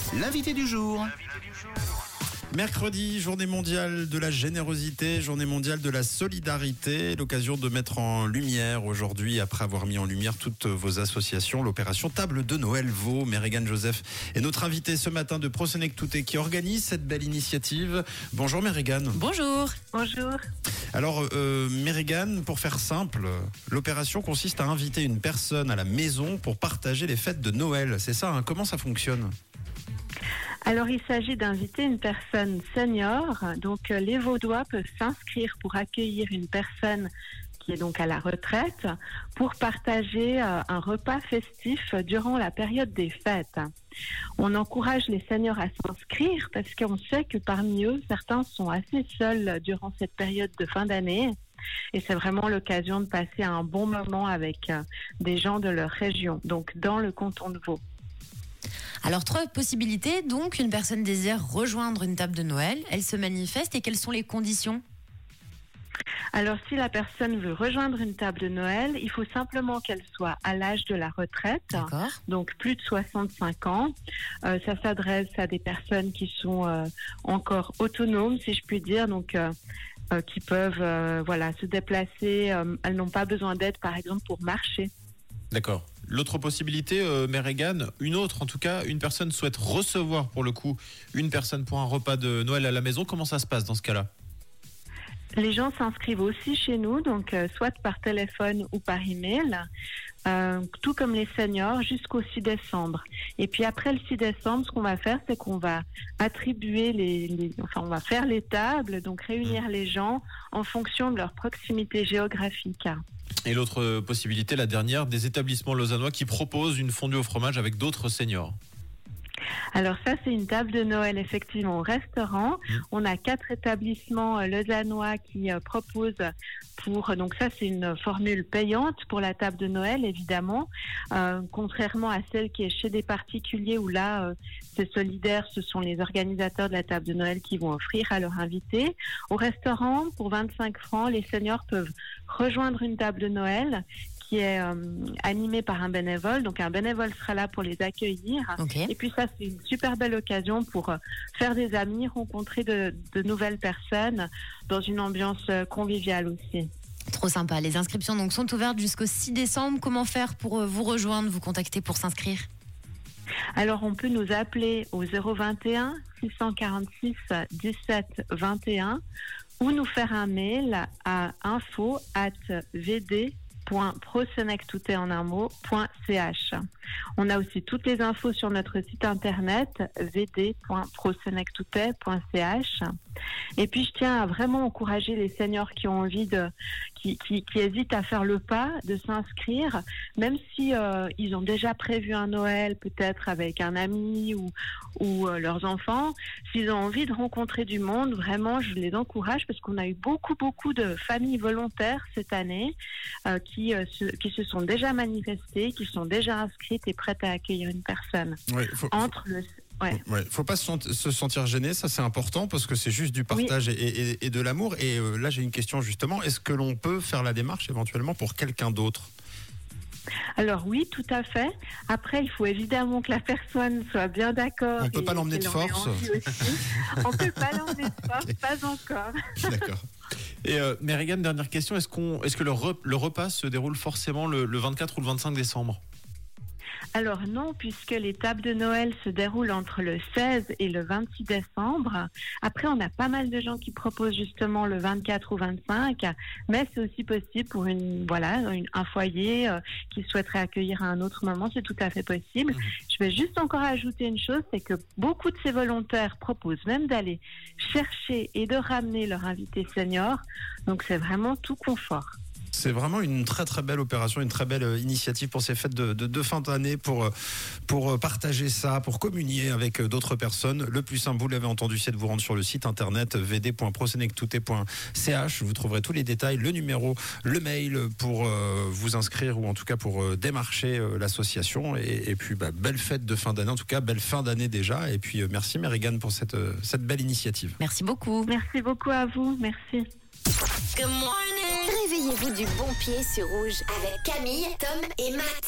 L'invité du jour. Mercredi, journée mondiale de la générosité, journée mondiale de la solidarité, l'occasion de mettre en lumière aujourd'hui, après avoir mis en lumière toutes vos associations, l'opération Table de Noël Vaud. Mérigane Joseph est notre invitée ce matin de Prosenectouté qui organise cette belle initiative. Bonjour Mérigane. Bonjour. Bonjour. Alors Mérigane, pour faire simple, l'opération consiste à inviter une personne à la maison pour partager les fêtes de Noël. C'est ça, hein? Comment ça fonctionne ? Alors, il s'agit d'inviter une personne senior. Donc, les Vaudois peuvent s'inscrire pour accueillir une personne qui est donc à la retraite pour partager un repas festif durant la période des fêtes. On encourage les seniors à s'inscrire parce qu'on sait que parmi eux, certains sont assez seuls durant cette période de fin d'année. Et c'est vraiment l'occasion de passer un bon moment avec des gens de leur région, donc dans le canton de Vaud. Alors, 3 possibilités. Donc, une personne désire rejoindre une table de Noël. Elle se manifeste et quelles sont les conditions ? Alors, si la personne veut rejoindre une table de Noël, il faut simplement qu'elle soit à l'âge de la retraite, D'accord. donc plus de 65 ans. Ça s'adresse à des personnes qui sont encore autonomes, si je puis dire, donc qui peuvent se déplacer. Elles n'ont pas besoin d'aide, par exemple, pour marcher. D'accord. L'autre possibilité, Mérigane, une personne souhaite recevoir pour le coup une personne pour un repas de Noël à la maison. Comment ça se passe dans ce cas-là ? Les gens s'inscrivent aussi chez nous, donc soit par téléphone ou par email, tout comme les seniors, jusqu'au 6 décembre. Et puis après le 6 décembre, ce qu'on va faire, c'est qu'on va attribuer on va faire les tables, donc réunir les gens en fonction de leur proximité géographique. Et l'autre possibilité, la dernière, des établissements lausannois qui proposent une fondue au fromage avec d'autres seniors. Alors ça, c'est une table de Noël effectivement au restaurant. On a 4 établissements lausannois qui proposent donc ça c'est une formule payante pour la table de Noël évidemment, contrairement à celle qui est chez des particuliers où là c'est solidaire, ce sont les organisateurs de la table de Noël qui vont offrir à leurs invités. Au restaurant, pour 25 francs, les seniors peuvent rejoindre une table de Noël qui est animé par un bénévole. Donc un bénévole sera là pour les accueillir. Okay. Et puis ça, c'est une super belle occasion pour faire des amis, rencontrer de nouvelles personnes dans une ambiance conviviale aussi. Trop sympa. Les inscriptions donc sont ouvertes jusqu'au 6 décembre. Comment faire pour vous rejoindre, vous contacter pour s'inscrire ? Alors, on peut nous appeler au 021 646 17 21 ou nous faire un mail à info@vd.prosenectouté.ch. On a aussi toutes les infos sur notre site internet vd.prosenectouté.ch. Et puis je tiens à vraiment encourager les seniors qui ont envie qui hésitent à faire le pas de s'inscrire, même si ils ont déjà prévu un Noël peut-être avec un ami ou leurs enfants. S'ils ont envie de rencontrer du monde, vraiment je les encourage parce qu'on a eu beaucoup de familles volontaires cette année qui se sont déjà manifestées, qui sont déjà inscrites et prêtes à accueillir une personne. Oui, faut pas se sentir gêné, ça c'est important parce que c'est juste du partage et de l'amour. Et là j'ai une question justement, est-ce que l'on peut faire la démarche éventuellement pour quelqu'un d'autre ? Alors oui, tout à fait. Après, il faut évidemment que la personne soit bien d'accord. On ne peut pas l'emmener de force. On ne peut pas l'emmener de force, pas encore. D'accord. Et Mérigane, dernière question, est-ce que le repas se déroule forcément le 24 ou le 25 décembre ? Alors non, puisque les tables de Noël se déroulent entre le 16 et le 26 décembre. Après, on a pas mal de gens qui proposent justement le 24 ou 25, mais c'est aussi possible pour un foyer qui souhaiterait accueillir à un autre moment, c'est tout à fait possible. Je vais juste encore ajouter une chose, c'est que beaucoup de ces volontaires proposent même d'aller chercher et de ramener leur invité senior, donc c'est vraiment tout confort. C'est vraiment une très très belle opération, une très belle initiative pour ces fêtes de fin d'année, pour partager ça, pour communier avec d'autres personnes. Le plus simple, vous l'avez entendu, c'est de vous rendre sur le site internet vd.prosenectouté.ch. Vous trouverez tous les détails, le numéro, le mail pour vous inscrire ou en tout cas pour démarcher l'association. Et puis belle fête de fin d'année, en tout cas belle fin d'année déjà. Et puis merci Mérigane pour cette belle initiative. Merci beaucoup. Merci beaucoup à vous, merci. Réveillez-vous du bon pied sur Rouge avec Camille, Tom et Matt.